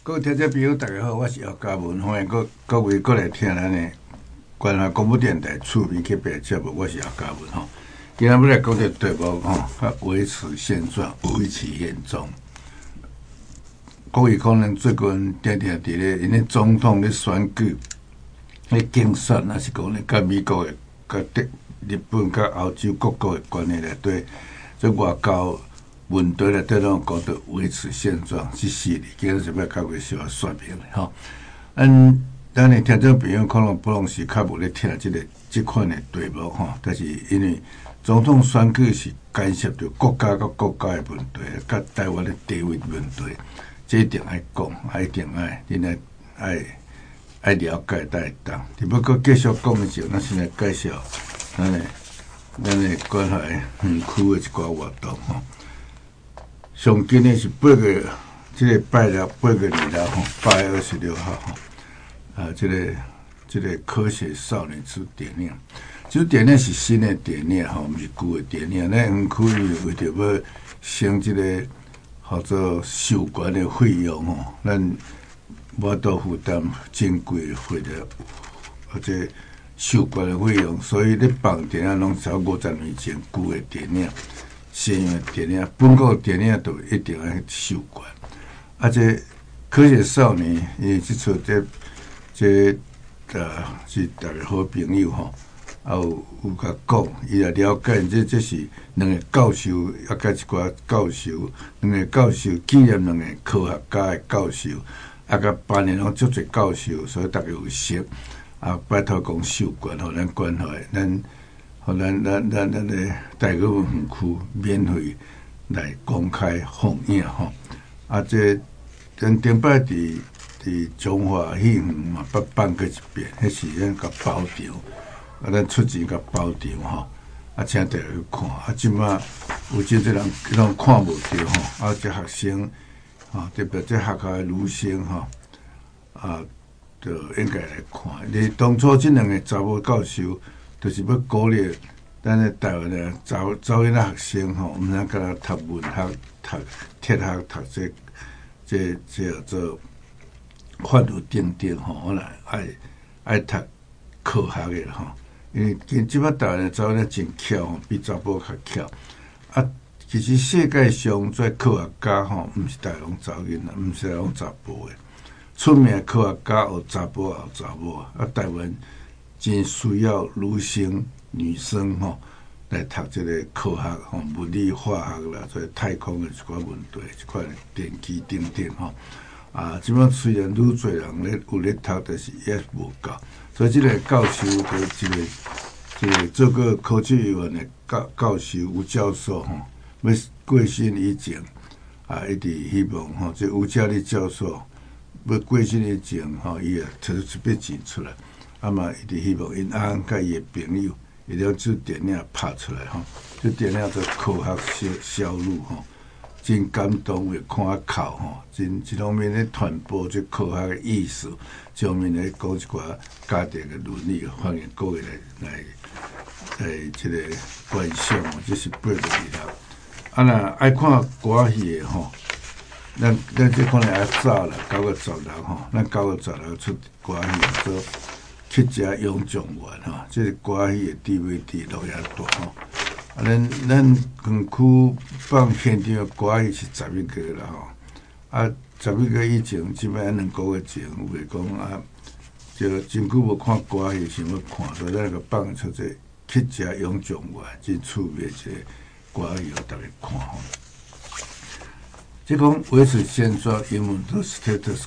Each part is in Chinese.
各位听众朋友，大家好，我是姚嘉文，欢迎各位过来听咱的关华广播电台厝边去白节目，我是姚嘉文吼。今日要来讲这题目吼，维持现状，维持现状。各位可能最近定伫咧，因为总统咧选举、咧竞选，还是讲咧甲美国的、甲日本、甲欧洲各国的关系内底，这外交问题内底拢讲到维持现状这4字，今日是要较为小说明的吼。咱的听众朋友可能不拢是较无咧听这款的题目吼，但是因为总统选举是干涉到国家甲国家的问题，甲台湾的地位问题，这一定爱讲，一定爱，恁爱了解才会当。只不过继续讲的时候，咱先来介绍咱的关怀园区的一寡活动吼。上近的是这个拜六8月2号，8月26号吼，这个科学少年之电影，这电影是新的电影吼，毋是旧的电影。咱园区为着要省这个叫做授权的费用吼，咱无多负担真贵的费了，或者授权的费用，所以咧放电影拢超50年前旧的电影。西洋电影、本国电影都一定要授权。啊，这科学少年，因为即出是大家好朋友吼，啊有甲讲，伊也了解，这是两个教授，啊甲一寡教授，两个教授纪念两个科学家的教授，啊甲班里拢足侪教授，所以大家有识，啊拜托讲授权，互咱关怀咱。互咱的台语园区免费来公开放映吼，啊，这咱顶摆伫中华戏院嘛，捌办过一遍，迄是咱甲包场，啊，咱出钱甲包场吼，啊，请大家去看，啊，即马有真侪人拢看无着吼，啊，这学生吼，特别这学校的女生吼，啊，就应该来看。你当初这两个查某教授。就是要鼓励咱的台湾的早囡仔学生吼，毋通干那读文学、读铁学、读这叫做法律等吼，我来爱读科学的吼，因为即摆台湾的早囡仔真巧吼，比查甫较巧。啊，其实世界上做科学家吼，毋是大拢查囡仔，毋是拢查甫的。出名的科学家有查甫也有查某啊，台湾。真需要女生吼来读这个科学吼，物理、化学啦，所以太空的一寡问题，一块电机等等吼。啊，即摆虽然愈侪人有咧读，但是也无够。所以这个教授的这个做过科技委员的教授吴教授吼，要过身以前啊，一直希望吼，这吴嘉丽教授要过身以前吼，伊也摕出一笔钱出来。啊嘛，伊直希望因阿甲伊的朋友，一定要做电影拍出来吼。这电影做科学销路吼，真感动的看哭吼，真一方面咧传播这科学的意识，一方面咧讲一寡家庭的伦理，欢迎各位来这个观赏哦，这是8月2号。啊，若爱看歌戏的吼，咱这可能要早啦，9月16吼，咱9月16出歌戏做。去食永状元吼，这是歌戏的 DVD 录影带吼。啊，咱园区放现场的歌戏是11个啦吼。啊，11个以前，即摆2个月前，有诶讲啊，就真久无看歌戏，想要看，所以咱个放出这去食永状元，真趣味一个歌戏，互大家看吼。即讲维持现状，英文都 status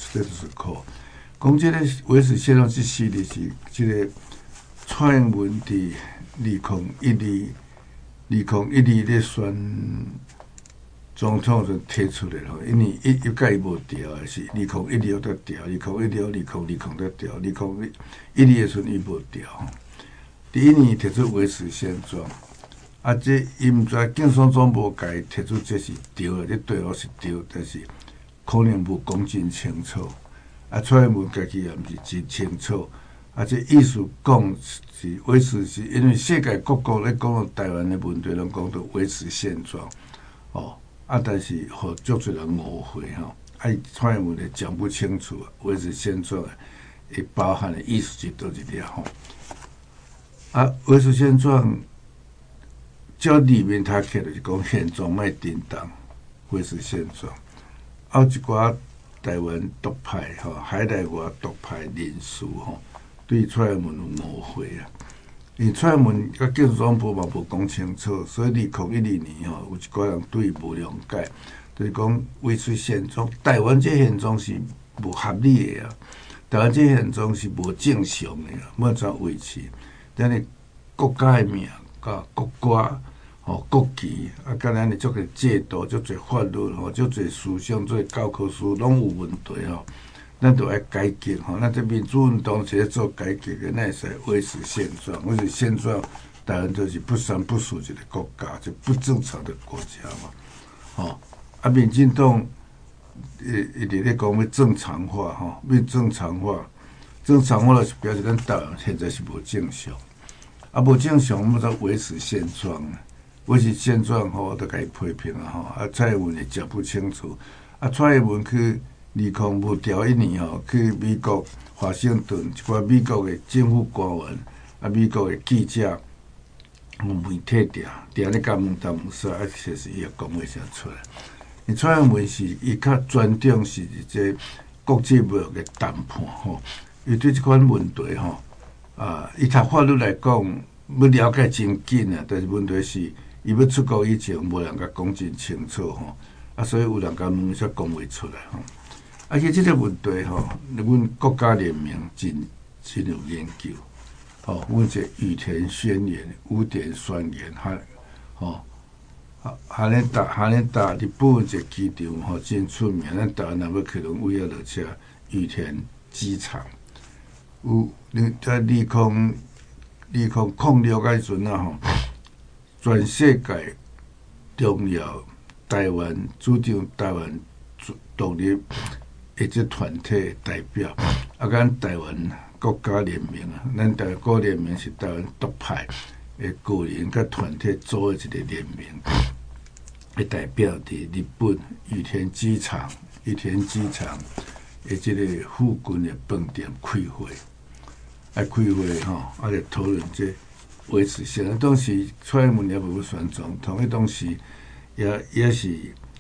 quo。讲这个维持现状这4字是这个蔡英文伫2012咧选总统就提出来咯，因为一甲伊无调的是2012得调，2016得调，2012的时阵伊无调。第1年提出维持现状，啊，这伊毋知竞选总无甲伊提出这是对的，这对路是对，但是可能无讲真清楚。啊，蔡英文家己也毋是真清楚，啊，这意思讲是维持，是因为世界各国咧讲到台湾的问题，拢讲到维持现状，哦，啊，但是互足侪人误会吼， 蔡英文也讲不清楚，维持现状也包含的意思是多一点吼。维持现状，照里面他起就是讲现状卖颠当，维持现状。有一寡台湾独派吼，海内外独派人士吼，对蔡英文有误会啊。因为蔡英文甲建总部嘛无讲清楚，所以2012年吼，有一寡人对伊无谅解，就是讲维持现状，台湾这现状是无合理的啊，台湾这现状是无正常的啊，要怎维持？咱的国家的名、甲国歌、吼国旗，甲咱的足个制度、足侪法律、吼足侪思想、足侪教科书拢有问题吼。咱就要改革吼，咱这民主运动是咧做改革的，咱会使维持现状。维持现状，台湾就是不三不四一个国家，就不正常的国家嘛。吼，民进党一直咧讲要正常化，吼，要正常化，正常化就是表示咱台湾现在是无正常，无正常，我们要维持现状。维持现状吼，都甲伊批评啊吼，蔡英文也讲不清楚，蔡英文去。2021年吼，去美国华盛顿一寡美国的政府官员，美国的记者、媒体咧甲问东问西，其实伊也讲袂啥出来。因蔡英文是伊较专重是这国际贸易的谈判吼，伊对这款问题吼，伊读法律来讲要了解真紧啊，但是问题是伊要出国以前无人甲讲真清楚吼，所以有人甲问煞讲袂出来吼。且这个问题吼，阮国家联盟真有研究，吼，阮这羽田宣言、五点宣言，哈连达日本这机场吼真出名，咱台湾若要去，拢为了落车羽田机场。有在2006迄阵啊吼，全世界重要台湾主张台湾独立。这团体代表咱台湾国家联盟啊，咱台湾国联盟是台湾独派的个人甲团体组的一个联盟，会代表伫日本羽田机场的这个附近的饭店开会，开会吼，来讨论这维持现在当时蔡英文也无选总统，迄当时也是。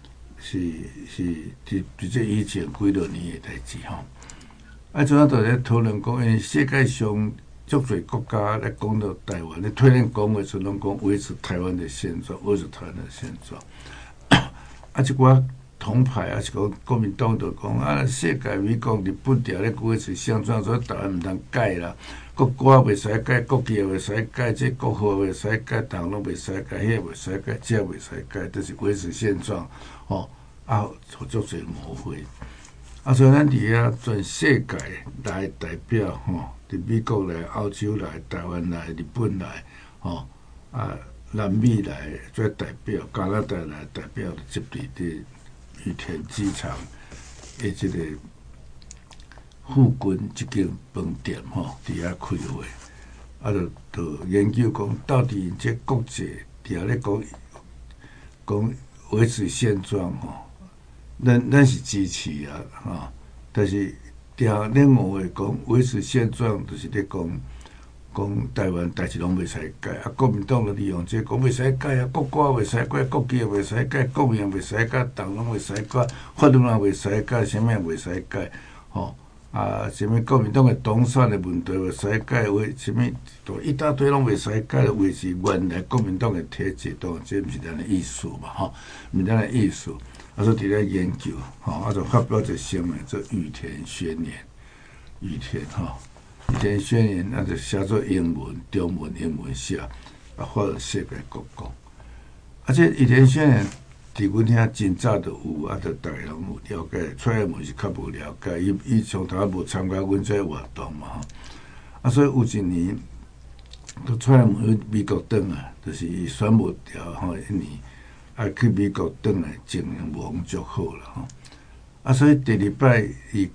伫这以前几多年的代志吼，主要就咧讨论讲，因为世界上足侪国家咧讲到台湾，咧推荐讲话时拢讲维持台湾的现状，维持台湾的现状。一寡统派是讲国民党就讲世界美国日本条咧维持现状，所以台湾毋通改啦，国歌袂使改，国旗也袂使改，这国号袂使改，党拢袂使改，迄袂使改，这袂使改，就是维持现状。足侪误会，所以咱伫遐全世界来代表伫美国来、欧洲来、台湾来、日本来，南美来做代表，加拿大来代表，接伫伫羽田机场的这个附近一间饭店伫遐开会，就研究讲到底这国际伫遐咧讲维持现状咱是支持啊，但是另外讲维持现状，就是咧讲台湾代志拢袂使改，国民党就利用这讲袂使改国歌袂使改，国旗也袂使改，国名袂使改，党拢袂使改，法律也袂使改，啥物也袂使改，什么国民党的党产的问题袂使改，什么一大堆拢袂使改，维持原来国民党的体制，当然这毋是咱的意思嘛，毋是咱的意思。所以伫咧研究，就发表一个声明，做羽田宣言。羽田宣言，就写做英文、中文、英文写，发到世界各国。这羽田宣言，伫阮遐真早就有，就大家拢有了解。蔡英文是较无了解，伊从头无参加阮这活动嘛，所以有一年，蔡英文去美国转啊，就是伊选无掉一年。去美国转来经营无足好啦所以第二摆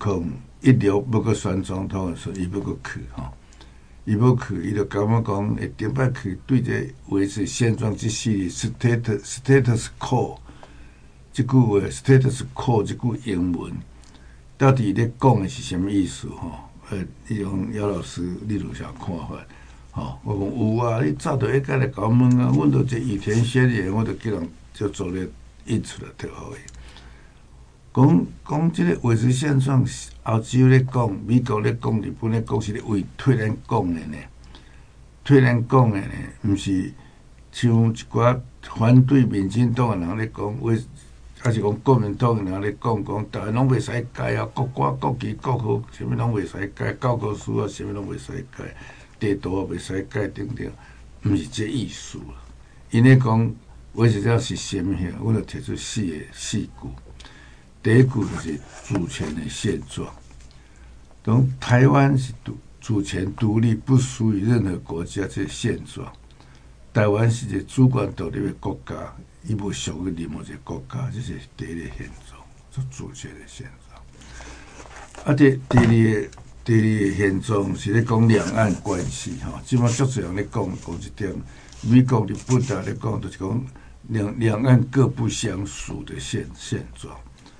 2016要阁选总统的时候，伊要阁去伊要去，伊就甲我讲，会顶摆去对这维持现状这系列 status quo 这句话 status quo 这句英文到底咧讲的是什么意思？利用姚老师你有啥看法？我讲有啊，你早就应该来甲我问啊，阮都这羽田宣言，我都叫人就做咧印出来就好诶。讲这个维持现状，欧洲咧讲，美国咧讲，日本咧讲，是咧为替咱讲的呢。替咱讲的呢，毋是像一寡反对民进党的人咧讲，还是讲国民党的人咧讲，台湾拢袂使改啊，国歌、国旗、国号，啥物拢袂使改，教科书啊，啥物拢袂使改，地图啊袂使改，等等，毋是这意思啦。因咧讲，维持这是什么呀？我就提出四句。第一句就是主权的现状，等台湾是主权独立，不属于任何国家，这个现状。台湾是一个主权独立的国家，伊无属于任何一个国家，这是第一个现状，做主权的现状。第二个现状是咧讲两岸关系即马足侪人咧讲一点，美国、日本在咧讲，就是讲两岸各不相属的现状。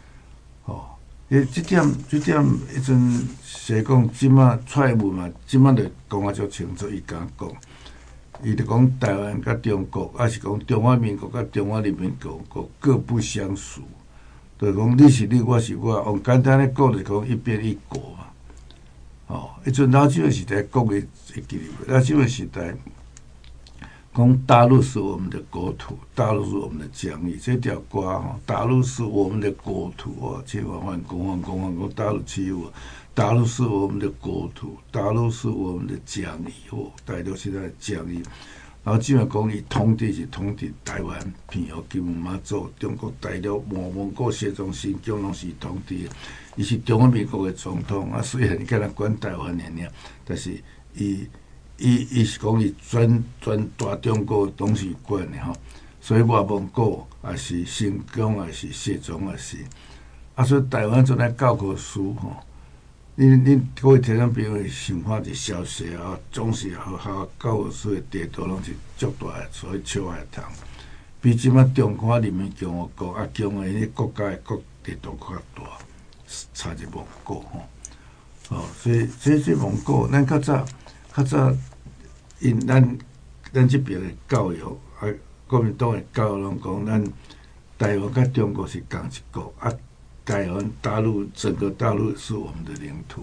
这点迄阵是讲，即马蔡英文嘛，即马就讲啊足清楚，伊敢讲，伊就讲台湾甲中国，还是讲中华民国甲中华人民共和国各不相属，就是讲你是你，我是我，用简单咧讲，就是讲一边一国嘛。迄阵老蒋的时代讲的会记哩，老蒋的时代讲大陆是我们的国土，大陆是我们的疆域。这条歌大陆是我们的国土千万万公讲大陆欺负我，大陆是我们的国土，大陆是我们的疆域大陆现在的疆域。然后基本讲，伊统治是统治台湾、澎湖、金门、马祖、中国大陆、蒙古、西藏、新疆拢是统治。伊是中华民国的总统虽然敢若管台湾尔，但是伊是讲伊全大中国拢是管的所以外蒙古也是新疆也是西藏也是，所以台湾做咱教科书恁各位听众朋友想看一消息总是学校教科书的地图拢是足大的，所以笑爱读，比即马中华人民共和国强的迄国家的国地图较大，差一蒙古所以这蒙古咱较早。因咱这边的教育国民党的教育拢讲，咱台湾跟中国是同一国台湾大陆整个大陆是我们的领土，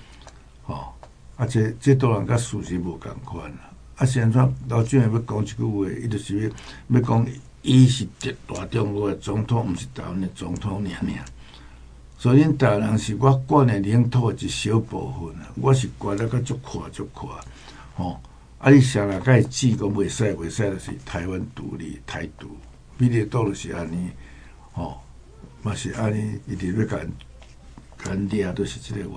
这当然跟事实无同款啦。现在老蒋要讲一句话，伊就是要讲，伊是大中国的总统，毋是台湾的总统尔。所以恁台湾人是我管的领土的一小部分我是管得较足宽你谁人甲伊指讲袂使，就是台湾独立、台独，美丽岛就是安尼，嘛是安尼，一直要甲咱掠，都是这个原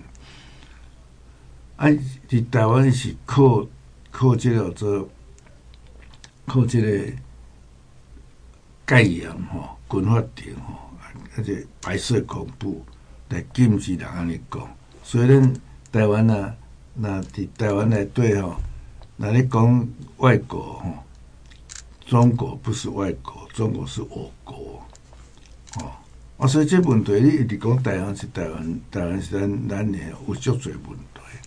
因。伫台湾是靠这个靠这个戒严军法庭这白色恐怖来禁止人安尼讲，所以咱台湾那伫台湾内底那你讲外国中国不是外国，中国是我国所以这问题你一直讲台湾是台湾是咱的有足侪问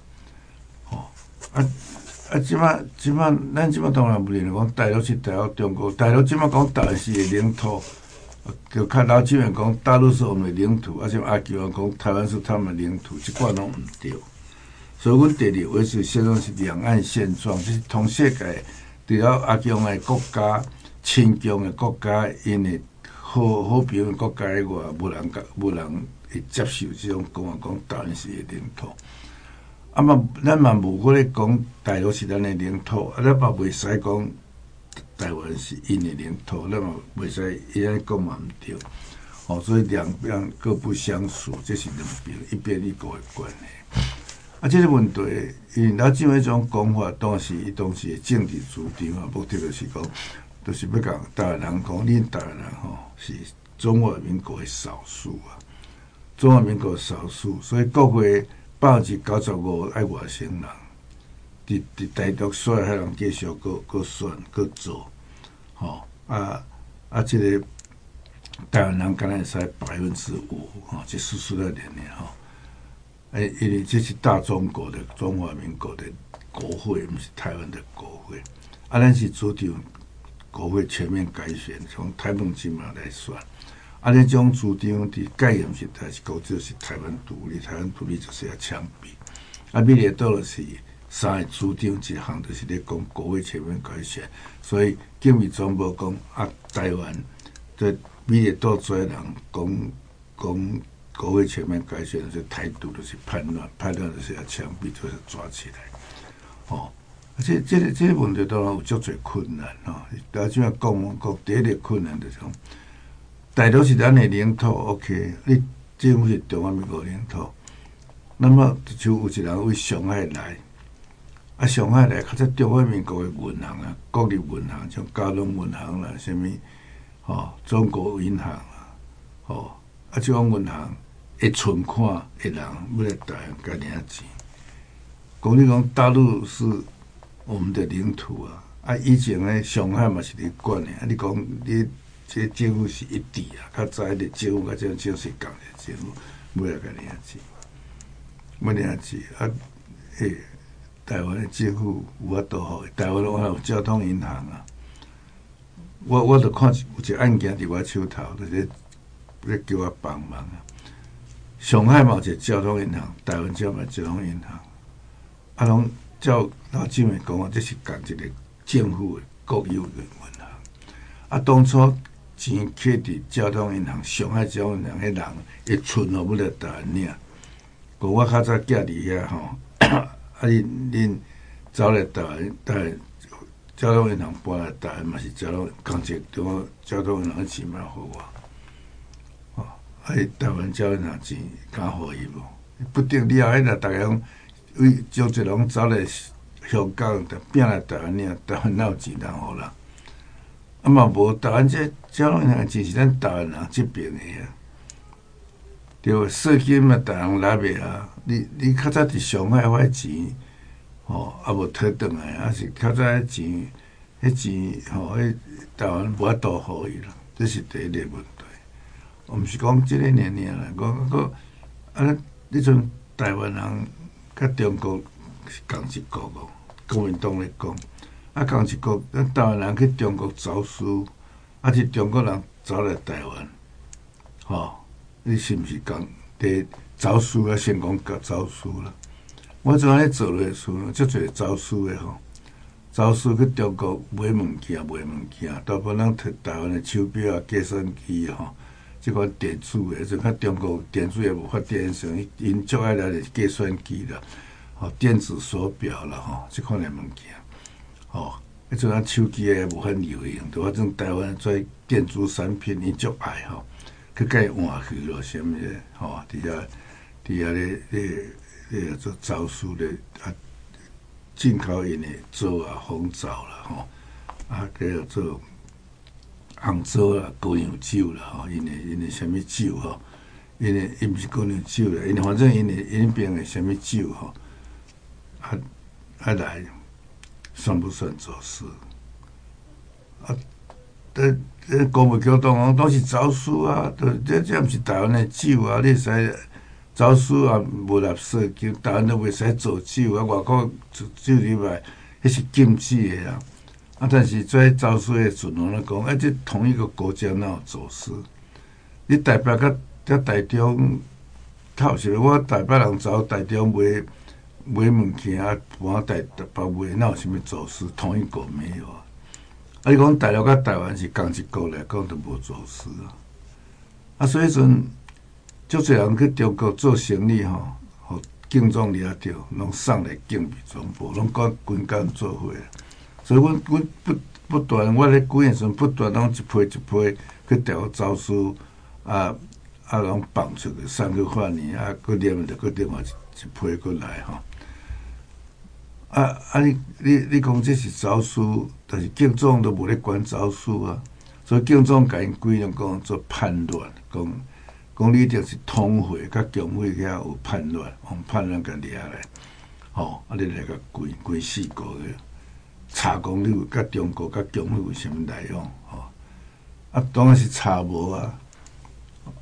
题即马咱即马当然不认为讲大陆是大陆中国，大陆即马讲台湾是个领土，就看老蒋人讲大陆是我们的领土，像阿基人讲台湾是他们的领土，这块拢唔对。所以，阮第二维持现状是两岸现状，就是同世界除了阿强的国家、亲强的国家，因为好朋友的国家以外，无人会接受这种讲台湾是的领土。咱嘛无法咧讲大陆是咱的领土，咱嘛袂使讲台湾是因的领土，咱嘛袂使伊安尼讲嘛毋对。所以两边各不相属，这是两边一边一国的关系。这个问题，因为老蒋迄种讲法，当时政治主张目的就是讲，就是要甲台湾人讲，恁台湾人是中华民国的少数中华民国的少数，所以国会895爱外省人，伫台独所有人继续搁选搁做，这个台湾人敢若会使5%这数在连呢因为这是大中国的中华民国的国会，不是台湾的国会。咱是主张国会全面改选，从台湾金马来选。这种主张的概念是台是高就是台湾独立，台湾独立就是要枪毙。美丽岛就是三个主张一项，就是咧讲国会全面改选，所以警卫总部讲台湾在美丽岛做人讲国会全面改选是态度，就是叛乱，叛乱就是要枪毙，就是抓起来。这个问题当然有足侪困难但怎样讲第一个困难就是讲，大陆是咱的领土 ，OK， 你政府是中华民国领土，那么就有一人为上海来，上海来，较早中华民国的银行国立银行，像交通银行啦，什么中国银行啦，这种银行的存款的人要来台湾甲领钱，你讲大陆是我们的领土以前呢，上海嘛是你管的，你讲你这政府是一致较早的政府甲这种政府是共的政府，要来甲领钱，要领钱台湾的政府有法度好，台湾我有交通银行我就看有一个案件伫我手头，就是咧叫我帮忙上海嘛有一个交通银行，台湾这嘛交通银行，拢照老蒋的讲这是共一个政府的国有的银行。当初钱摕伫交通银行，上海交通银行迄人会存要来台湾领。我较早寄伫遐恁走来台湾，交通银行搬来台湾嘛是交通同一个交通银行钱嘛互我，台湾交通银行钱敢互伊无？不定了后，大家拢为招一人走来香港，拼来台湾领，台湾哪有钱通互人？嘛无台湾这交通银行钱是咱台湾人这边的对，税金嘛，台湾拿袂你较早伫上海花钱，无退转来，是较早迄台湾无法度互伊啦，这是第一个问题。我毋是讲即个年啦，讲你阵台湾人甲中国是同一国国民党咧讲，同一国，咱台湾人去中国走私，是中国人走来台湾，你是毋是讲伫走私先讲甲走私啦？我阵咧做落去，足侪走私的走私去中国买物件，大部分人摕台湾的手表计算机即款电子的，就较中国电子也无发展上，因最爱来就是计算机啦，电子手表啦，即款的物件，迄阵手机也无很流行，就反正台湾做电子产品，伊足爱去甲伊换去咯，什么的伫遐咧做走私咧进口因的枣红枣啦叫做红枣啦、高粱酒啦因的什么酒因毋是高粱酒啦，反正因那边的什么酒来算不算走私？国务局讲都是走私这毋是台湾的酒你使走私无纳税金，台湾都袂使做酒外国酒入来，迄是禁止的啦。但是做走私的阵容咧讲，这同一个国家哪有走私？你台北甲台中，透是我台北人走台中买物件搬台北卖，哪有啥物走私？同一国没有你讲大陆甲台湾是同一国来讲，都无走私所以阵足侪人去中国做生意互警总抓着，拢送来警备总部，拢甲军工做伙。所以阮不断，我咧几年时不断拢一批去大陆走私，拢放出去送去法院，佮念着佮另外一批佮来你讲这是走私，但是警总都无咧管走私所以警总甲因规定讲做叛乱，讲你一定是通会甲共会遐有叛乱，用叛乱甲抓来，你来甲关4个月，查讲你有甲中国甲共会有啥物来往，当然是查无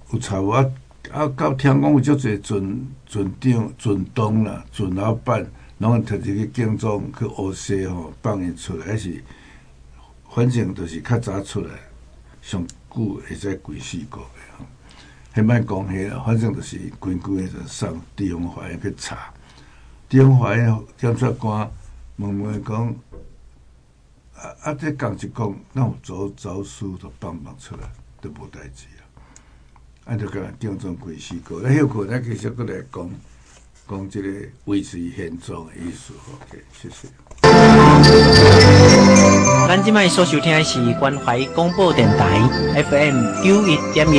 有差无到听讲有足侪船长、船东啦、船老板，拢会摕一个警钟去乌西放伊出来，还是反正就是较早出来，上久会使几4个月吼。迄摆讲迄啦，反正就是规个就送地方法院去查，地方法院检察官问讲。这讲一讲，那有走私就放出来，都无代志啊！就甲警钟几4个，休困，咱继续过来讲这个维持现状的意思。OK， 谢谢。 咱即摆所收听的是关怀广播电台 FM 91.1。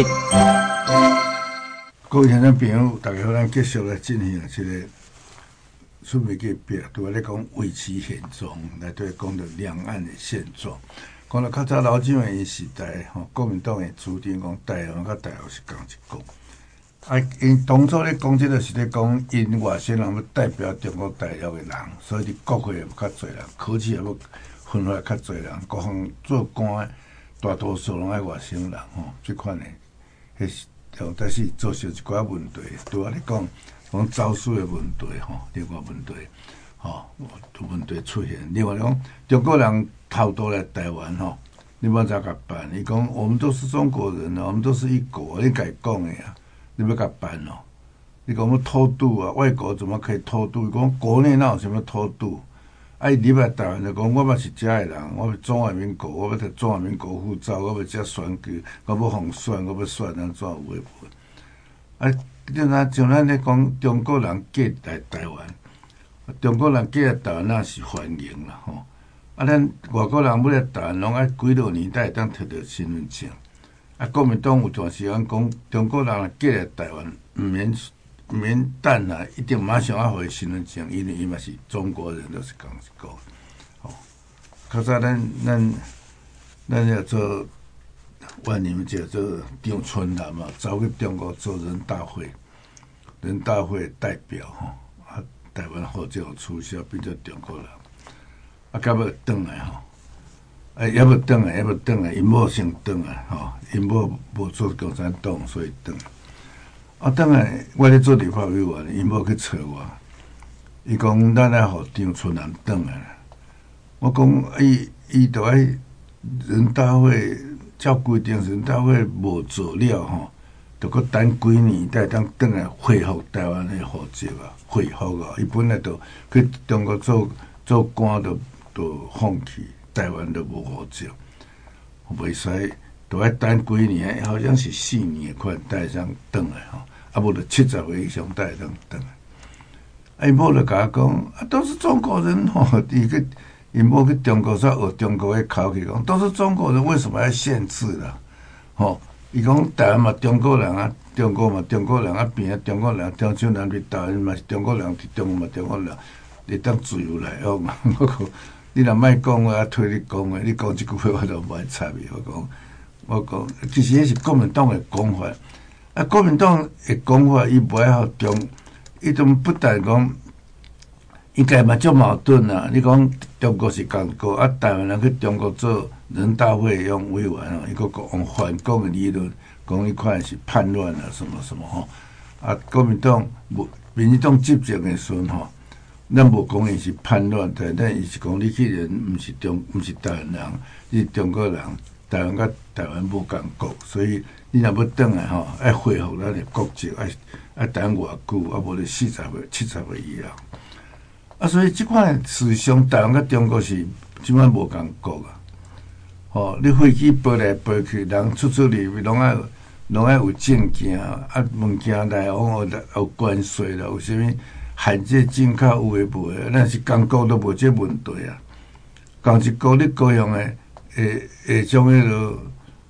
各位听众朋友，大家好，咱继续来进行这个。出媒个表，对咧讲维持现状，来对讲到两岸的现状。讲到较早老蒋的时代，国民党的主张讲台湾甲大陆是同一国。因当初咧讲即个是咧讲因外省人要代表中国大陆的人，所以伫国会也较侪人，考试也要分发较侪人，各方做官大多数拢爱外省人即款的，但是造成一寡问题，对我咧讲。讲走私的问题另外问题问题出现。另外讲，中国人偷渡来台湾你要怎甲办？伊讲我们都是中国人我们都是一国，你家讲的啊，你要甲办你讲我们偷渡啊，外国怎么可以偷渡？伊讲国内哪有什么偷渡？你来台湾就讲，我嘛是遮的人，我是中华民国，我要摕中华民国护照，我要遮选举，我要互选，我要选安怎有诶无？像咱咧讲中国人嫁来台湾，中国人嫁来台湾那是欢迎啦咱外国人要来台湾，拢爱几落年才会当摕到身份证。国民党有段时间讲，中国人嫁来台湾，毋免等啦，一定马上要互伊身份证，因为伊嘛是中国人，都是同一个。较早咱要做。万你们叫做张春兰嘛，走去中国做人大会代表台湾护照取消，变做中国人，到尾转来也要转来，因某先转来因某无做共产党，所以转来。转来我咧做立法委员，因某去找我，伊讲咱来互张春兰转来。我讲伊就爱人大会。照规定，人大会无做了就搁等几年才当转来恢复台湾的护照恢复伊本来就去中国做官，就放弃台湾都无护照，袂使，就爱等几年，好像是4年款才会当转来无就70岁以上才会当转来。伊某就甲我讲，都是中国人因某去中国才学中国的口气，讲都是中国人，为什么要限制啦？伊讲台湾嘛中国人啊，中国嘛中国人啊，边啊中国人，张春兰伫台湾嘛是中国人，伫中国嘛中国人，你当自由来哦嘛。我讲你若莫讲我推你讲的，你讲即句话我就袂插伊。我讲，其实迄是国民党的讲法。国民党的讲法，伊袂晓伊都不但讲。应该嘛足矛盾啊！你讲中国是共国，台湾人去中国做人大会用委员伊个用反共的理论，讲迄款是叛乱啊，什么什么国民党民进党执政的时阵咱无讲伊是叛乱，但伊是讲你去人毋是台湾人，你是中国人，台湾甲台湾无共国，所以你若要转来爱恢复咱的国籍，爱等偌久，无就40岁、70岁以后。所以即款事实上，台湾甲中国是即摆无共国你飞机飞来飞去，人出入拢爱有证件，物件来往有关税啦，有啥物限制进口有诶无诶，咱是中国都无这问题啊。同一国你高雄会将迄落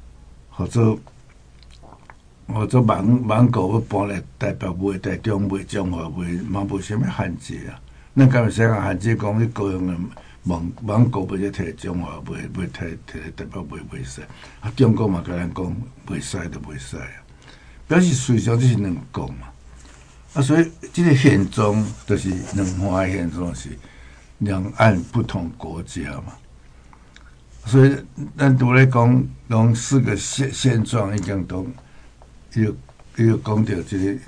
或者芒果要搬来台北卖、台中卖、中华卖，嘛无啥物限制啊。咱敢会使讲限制讲你高雄诶芒果要摕中华卖，要摕台北卖袂使。中国嘛甲咱讲袂使就袂使啊，表示随上这是两国嘛。所以这个现状就是两岸的现状是两岸不同国家嘛。所以咱拄咧讲，拢4个现状已经都伊就讲到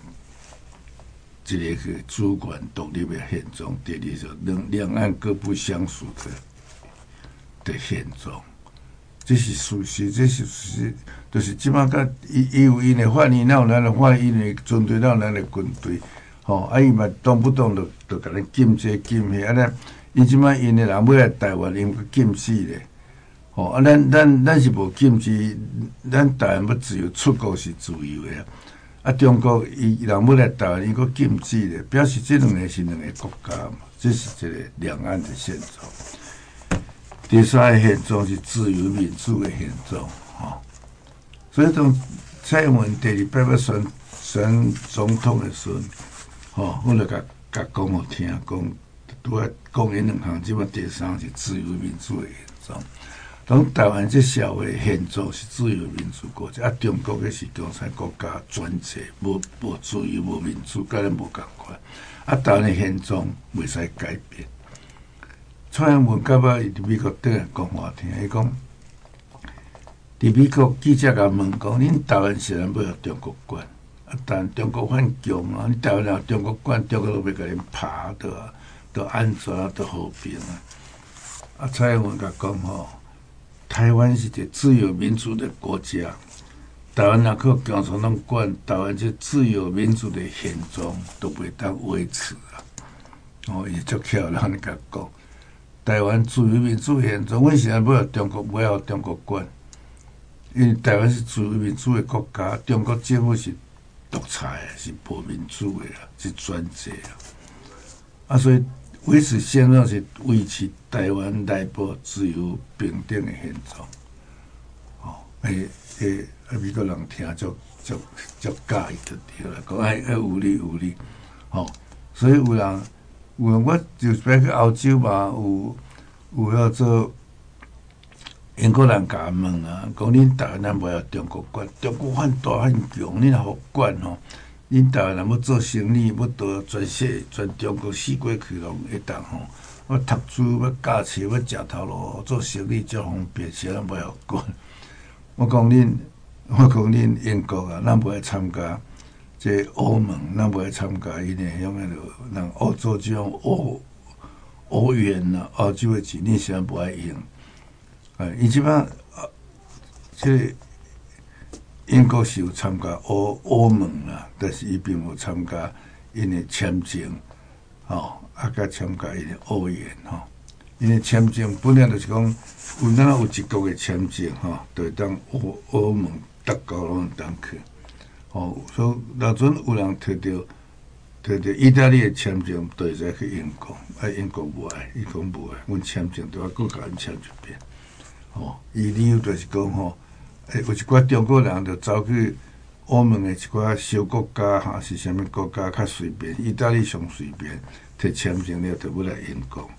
一个主权独立的现状，第二就两岸各不相属的现状，这是事实，这是事实，就是即摆甲伊有因的反应，哪有咱的反应？因的军队，哪有咱的军队？伊嘛动不动就甲咱禁这禁迄，咱伊即摆因的人要来台湾，因个禁死咧。咱是无禁止，咱台湾要自由出国是自由的。中国伊人要来台湾，伊个禁止咧，表示这两个是两个国家嘛，这是一个两岸的现状。第三个现状是自由民主的现状，所以当蔡英文第二摆要选总统的时候，我就甲讲互听，讲拄啊讲因两项，即摆第三是自由民主的现状。当台湾这社会现状是自由民主国家，中国个是共产国家专制，无自由无民主，甲咱无共款。台湾的现状袂使改变。蔡英文到尾伫美国倒来讲话听，伊讲，伫美国记者甲问讲，恁台湾是咱要互中国管，但中国反强啊，你台湾若中国管，中国都要甲恁拍都安全都和平啊。蔡英文甲讲台湾是一个自由民主的国家，台湾若靠共产党管，台湾这自由民主的现状都袂当维持啊！伊足巧，咱甲讲，台湾自由民主现状，阮现在要中国，不要中国管，因为台湾是自由民主的国家，中国政府是独裁的，是无民主的啊，是专制啊，所以。维持现状是维持台湾内部自由平等的现状。美国人听足介意就对啦，讲有理。所以有人我就别去欧洲嘛，有要做英国人甲问啊，讲恁台湾咱无要中国管，中国很大很强，恁若互管恁台湾人要做生意，要到全中国四过去拢会当要读书，要驾车，要食头路，做生意足方便，是咱袂晓管。我讲恁英国啊，咱袂参加这欧盟，咱袂参加因的种人欧洲这种欧元啊，欧洲的钱，恁是咱不爱用。伊即摆这英国是有参加欧盟啦，但是伊并无参加因的签证，甲参加因的欧元因的签证本来就是讲，咱有一国的签证就会当欧盟各国拢当去，所以老阵有人摕到意大利的签证，就会使去英国，英国无爱，伊讲无爱，阮签证都要搁甲阮签一遍，伊理由就是讲有一寡中国人就走去欧盟的一寡小国家是啥物国家较随便，意大利上随便，摕签证了就要来英国，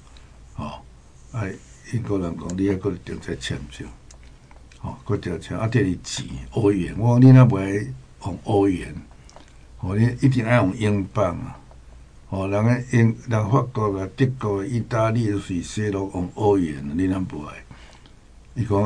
英国人讲你还搁订这签证，搁调签第二钱欧元，我讲你若袂用欧元，你一定爱用英镑啊，人法国啊、德国、意大利、瑞士拢用欧元，你若无爱。伊讲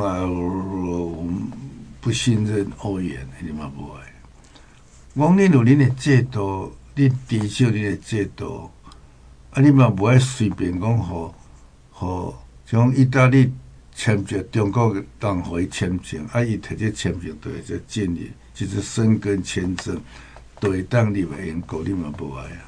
不信任欧元，你嘛无爱。我讲恁有恁的制度，恁遵守恁的制度，你嘛无爱随便讲互像意大利签证，中国人互伊签证，伊摕这签证就会在进入，就是申根签证，就会当入来英国，你嘛无爱啊，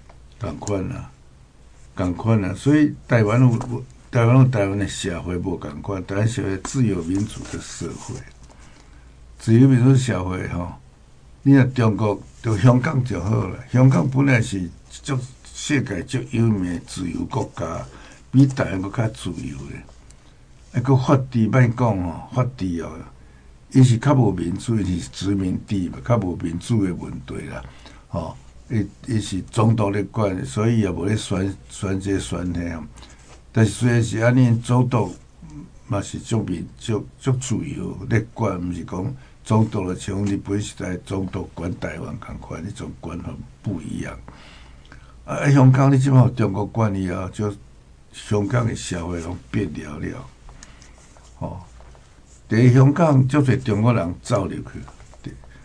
共款啊，所以台湾的社会无共款，台湾社会自由民主的社会，自由民主社会你若中国就香港就好了，香港本来是世界最有名的自由国家，比台湾更较自由咧。个法治莫讲法治伊是较无民主，伊是殖民地嘛，较无民主的问题啦。伊是总统咧管，所以也无咧选这选那。但是虽然是安尼，总统嘛是足自由咧管，毋是讲总统就像日本时代总统管台湾共款，迄种管法不一样。香港你即摆中国管以后，就香港的社会拢变了。伫香港足侪中国人走入去，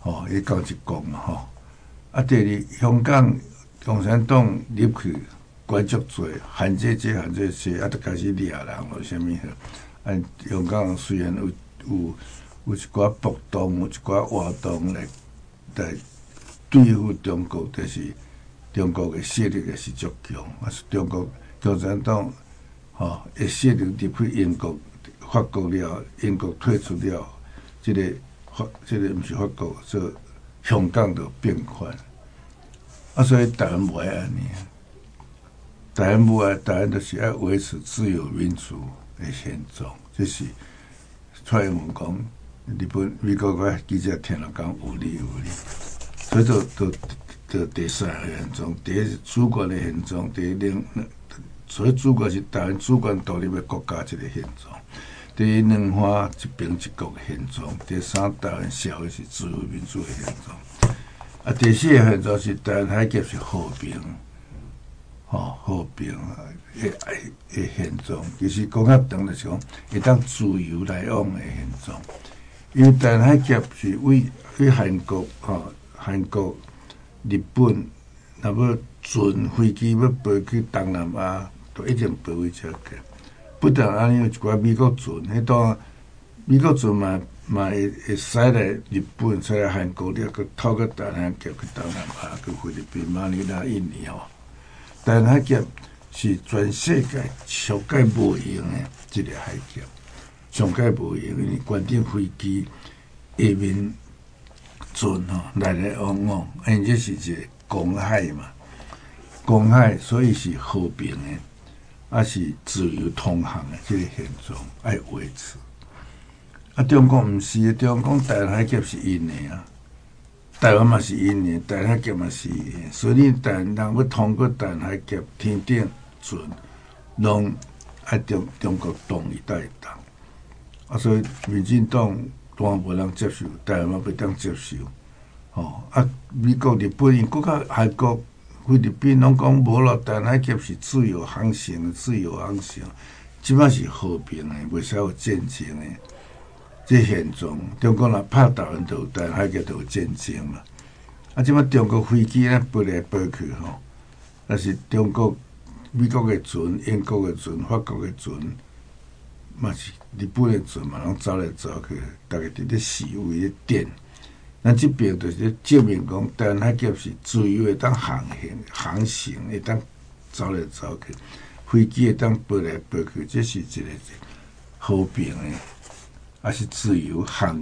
伊讲一讲嘛吼。啊，第二，香港共产党入去管足多，限这限这些，啊，就开始掠人咯，啥物啊，香港虽然有一寡暴动，有一寡活动来对付中国，但是中国的势力也是足强，啊，是中国共产党的势力入去英国、法国了，英国退出了，这个毋是法国，做香港就变款。啊，所以台湾无爱安尼，台湾就是要维持自由民主的现状，这是蔡英文讲，日本、美国个记者听了讲有理，所以就第三个现状，第一主权的现状，第二所以主权是台湾主权独立的国家一个现状，第二两岸一边一国的现状，第三台湾社会是自由民主的现状。啊，第四个现状是台湾海峡是和平，和平的现状。其实讲较长就是讲会当自由来往的现状。因为台湾海峡是为韩国、韩国、日本，若要船飞机要飞去东南亚，都一定飞回遮个。不但安尼，有一寡美国船，迄段美国船嘛会驶来日本，驶来韩国，了，佮透过台湾海峡去东南亚，去菲律宾、马尼拉、印尼吼。台湾海峡是全世界上界无用的一个海峡，上界无用，因为关顶飞机下面船来往往，因这是一个公海嘛，公海所以是和平的，啊是自由通航的这个现状要维持。啊，中国毋是，中国讲台湾海峡是因的啊，台湾嘛是因的，台湾海峡嘛是因的，所以你台湾人要通过台湾海峡天顶船，拢爱中国同意才会当。啊，所以民进党当然无人接受，台湾嘛袂当接受。啊，美国、日本因搁较韩国、菲律宾拢讲无咯，台湾海峡是自由航行，即摆是和平的，袂使有战争的。这现状，中国若拍台湾，就有台湾海峡就有战争嘛。啊，即摆中国飞机咧飞来飞去吼，但是中国、美国的船、英国的船、法国的船，嘛是日本的船嘛，拢走来走去，大家伫咧示威咧点。咱即边就是证明讲，台湾海峡是自由会当航行，会当走来走去，飞机会当飞来飞去，这是一个和平的。还是自由航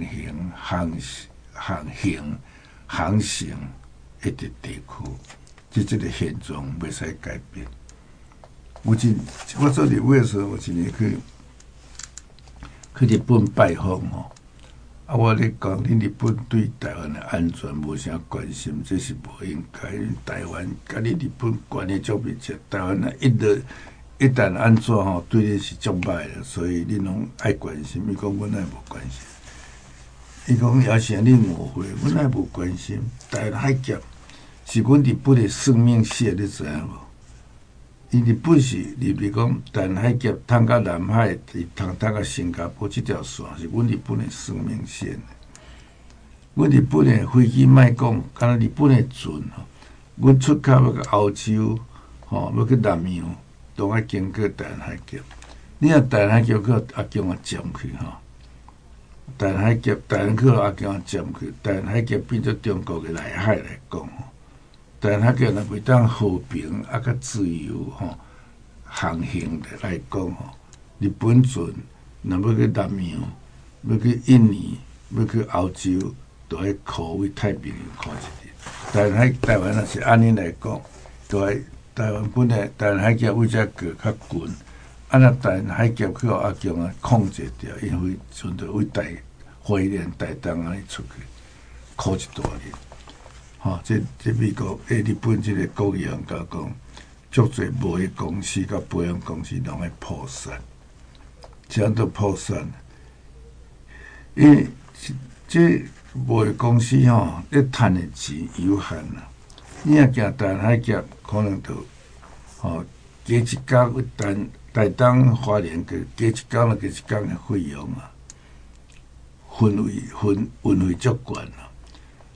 行的地区，这个现状袂使改变。我做立委的时候，我一年去日本拜访吼，啊，我咧讲，恁日本对台湾的安全无啥关心，这是无应该。台湾甲你日本关系足密切，台湾一旦安怎吼，对你是足歹的，所以你拢爱关心。伊讲阮爱无关心，伊讲也是恁误会，阮爱无关心。台湾海峡是阮日本的生命线，你知影无？因日本是讲台湾海峡通到南海，通到新加坡这条线是阮日本的生命线。阮日本的飞机莫讲，敢若日本的船吼，阮出口要去欧洲，要去南洋。都爱经过台湾海峡，你若台湾海峡去阿强啊占去吼，台湾海峡台湾去阿强啊占去，台湾海峡变做中国的内海来讲吼，台湾海峡若袂当和平啊甲自由航行的来讲吼，日本船若要去南洋，要去印尼，要去欧洲，都爱靠为太平洋靠一日。台湾若是安尼来讲，都爱。台湾本来台湾海峡为遮过较近，啊那台湾海峡去互阿强啊控制掉，因为阵着为花莲、台东安尼出去，靠一大日。这美国日本这个国营甲讲，足侪贸易公司甲保险公司拢会破产，这样都破产。因为这贸易公司咧赚的钱有限啦。你若行台湾海峡，可能就加一工台东花莲个加一工就加一工的费用啊，运费足悬啦。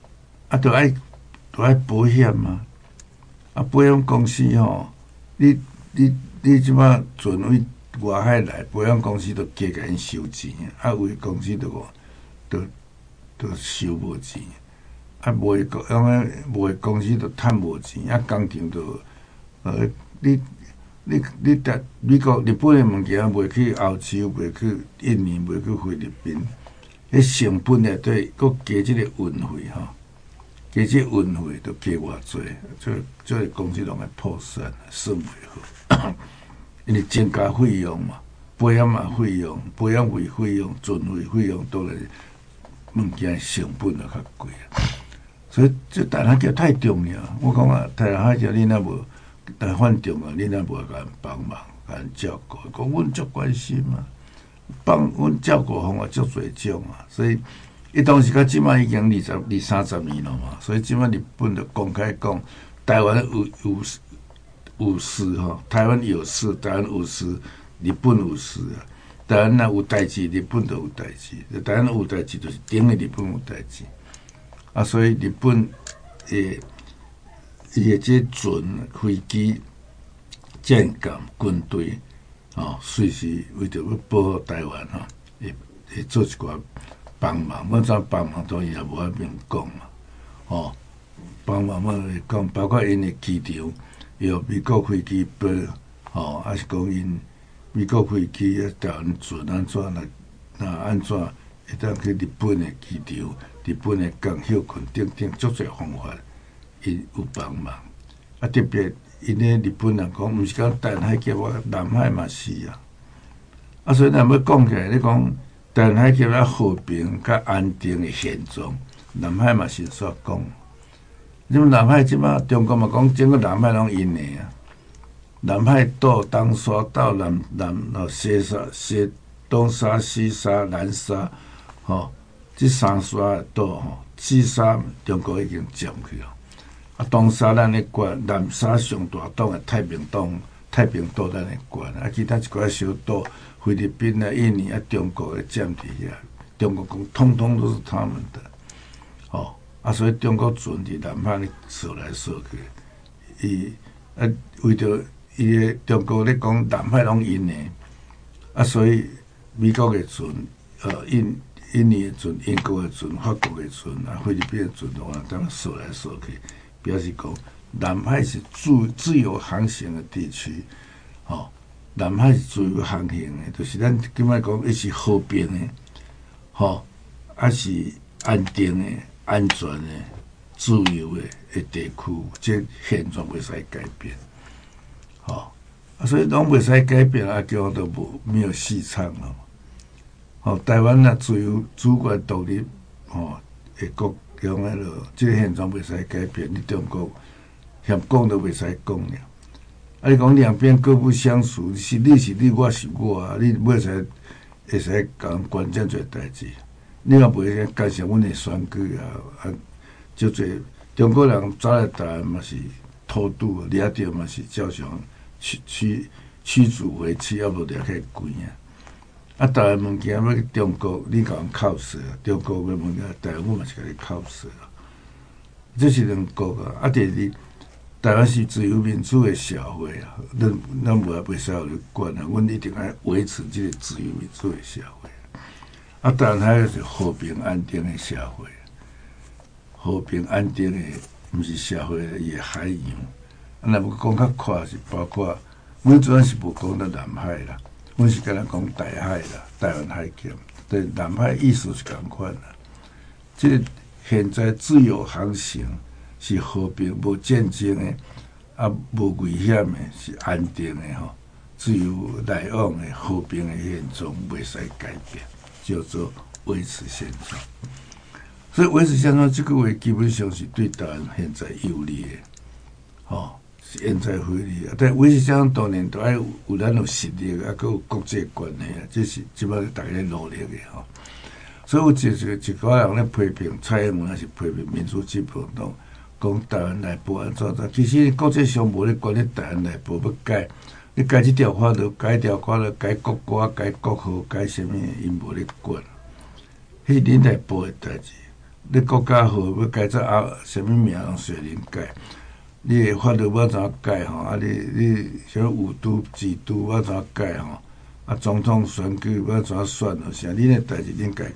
都爱保险嘛，保险公司你即摆船位外海来，保险公司都加甲因收钱，有的公司都收无钱，无的公司都趁无钱，工厂都你搭美国、日本的物件卖去欧洲，卖去印尼，卖去菲律宾，迄成本内底佫加即个运费加即运费都加偌济，这个公司拢会破产，算袂好，因为增加费用嘛，保险嘛费用，保险费用、船费用都来，物件成本就较贵啊。所以这台湾桥太重要，我讲啊，台湾桥你若无。但反重要，你若无甲人帮忙、甲人照顾，讲阮足关心嘛，帮阮照顾方法足侪种啊，所以伊当时到即摆已经20-30年了嘛，所以即摆日本就公开讲，台湾有事台湾有事，台湾有事，日本有事啊，台湾若有代志，日本就有代志，台湾有代志就是等于日本有代志，啊，所以日本伊的这船、飞机、舰舰、军队，随时为着要保护台湾会做一寡帮忙。我怎帮忙当然也无法明讲嘛，帮忙我会讲，包括因的机场由美国飞机保，还是讲因美国飞机台湾船安怎安怎会当去日本的机场、日本的港休群等足侪方法。因有帮忙，特别因咧日本人讲，毋是讲台湾海峡，南海嘛是啊。所以咱要讲起来，你讲台湾海峡和平、较安定的现状，南海嘛是煞讲。因为南海即摆中国嘛讲，整个南海拢因的啊。南海岛、东沙岛、西东沙、西沙、南沙，这三沙的岛四沙中国已经占去了。东沙咱咧管，南沙上大岛的太平岛咱咧管，其他一寡小岛，菲律宾啊、印尼啊、中国的占伫遐，中国讲通通都是他们的，所以中国船伫南海咧扫来扫去，为着伊个中国咧讲南海拢因的，所以美国的船，印尼的船、英国的船、法国的船菲律宾的船，当扫来扫去。表示讲，南海是自由航行的地区，南海是自由航行的，就是咱今摆讲，伊是和平的，还是安定的、安全的、自由的地区，这现状袂使改变，所以拢袂使改变，叫都没有戏唱了。台湾若自由主权独立，的国。讲迄落，即个现状袂使改变，你中国嫌讲都袂使讲了。你讲两边各不相属，是你是你，我是我，你会使讲管遮侪代志。你若袂使干涉阮的选举就侪中国人走来台湾嘛是偷渡，掠着嘛是照常驱逐回去，要无掠起关台湾物件要去中国，你甲人扣税；中国的物件，台湾嘛是甲你扣税。这是两国第二，台湾是自由民主的社会咱袂使互你管阮一定要维持这个自由民主的社会。台湾还是和平安定的社会，和平安定的，毋是社会伊的海洋。若要讲较快是包括，阮主要是无讲到南海啦。阮是敢若讲大海啦，台湾海峡，对南海意思是共款啦。这个现在自由航行是和平、无战争的，无危险的，是安定的自由来往的和平的现状，袂使改变，叫做维持现状。所以维持现状这个话，基本上是对台湾现在有利的，现在非利但维持现状当然都要有咱有实力，还有国际关系这是即摆大家努力的所以有一个人咧批评蔡英文，还是批评民主进步党，讲台湾内部安怎？其实国际上无咧管你台湾内部要改，你改这条法律，改条法律，改国歌，改国号，改什么，因无咧管。迄恁内部的代志， 你国家好要改做什么名拢随人改。你的法律要怎改吼？你什么五都、几都要怎改吼？总统选举要怎选吼？啥？恁的代志恁家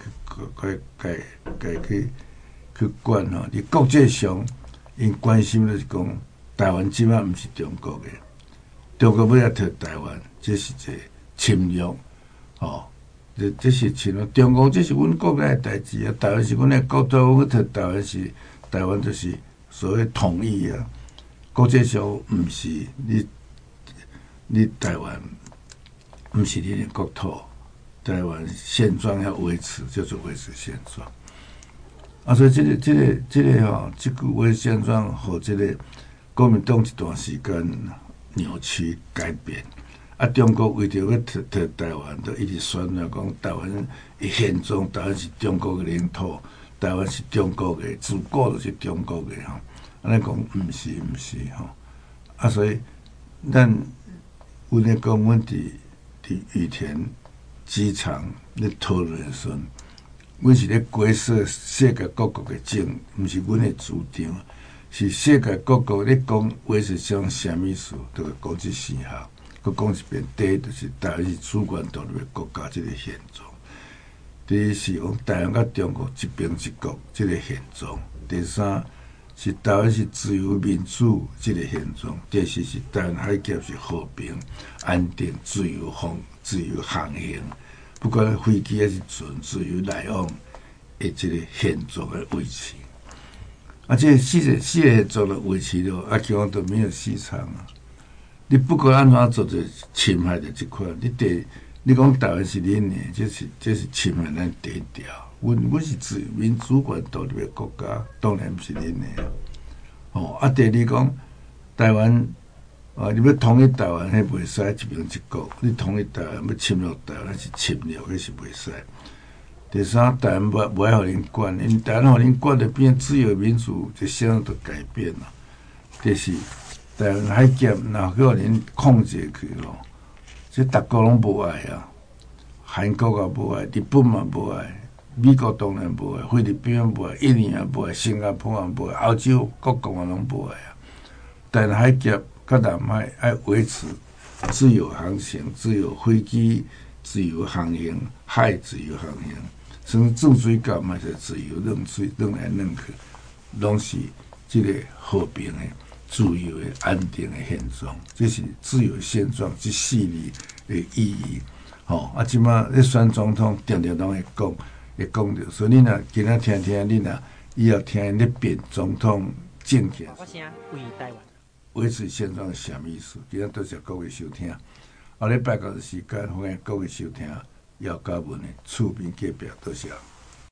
去管吼？伫国际上，因关心就是讲，台湾即摆毋是中国的，中国要来摕台湾，这是一个侵略吼。这是侵略，中国这是阮国内的代志啊，台湾是阮的国土，阮摕台湾是台湾就是所谓统一啊。国际上毋是你台湾，毋是你的国土，台湾现状要维持，就是维持现状。所以这个吼，这句话现状和这个国民党一段时间扭曲改变。中国为着要摕台湾，就一直宣传讲台湾的现状，台湾是中国的领土，台湾是中国的，自古就是中国的吼。安尼讲毋是吼，所以咱有咧讲，阮伫羽田机场咧讨论的时阵，阮是咧规设世界各国的证，毋是阮的主张，是世界各国咧讲维持像啥物事，都讲这4项。佮讲一遍，第一就是台湾是主权独立的国家，这个现状；第二是讲台湾甲中国一边一国，这个现状；第三是台湾是自由民主，这个现状；第四是台湾海峡是和平、安定、自由航行，不管飞机还是船，自由来往的这个现状的维持。这个四个现状的维持了，基本都没有市场啊。你不管安怎做，就侵害着这块。你讲台湾是恁的，这是侵害咱第一条。阮是自民主权独立的国家，当然不是恁的。第二讲台湾，你要统一台湾，迄袂使一边一国。你统一台湾，要侵略台湾是侵略，迄是袂使。第三，台湾无爱互恁管，因台湾互恁管就变自由民主，就相当都改变了。第四。台湾海峡若叫恁控制去咯，这逐国拢无爱啊，韩国也无爱，日本嘛无爱，美国当然无爱，菲律宾也无爱，印尼也无爱，新加坡也无爱，澳洲各国也拢无爱啊。台湾海峡甲南海爱维持自由航行、自由飞机、自由航行、海自由航行，甚至重水港嘛是自由扔来扔去，拢是这个和平的。自由的、安定的现状，这是自由现状这4字的意义。即马咧选总统，常常拢会讲着，所以你若今仔听，你若以后听咧辩总统政见，维持现状是啥意思？今仔多谢各位收听，下礼拜个时间，欢迎各位收听姚嘉文的厝边隔壁，多谢。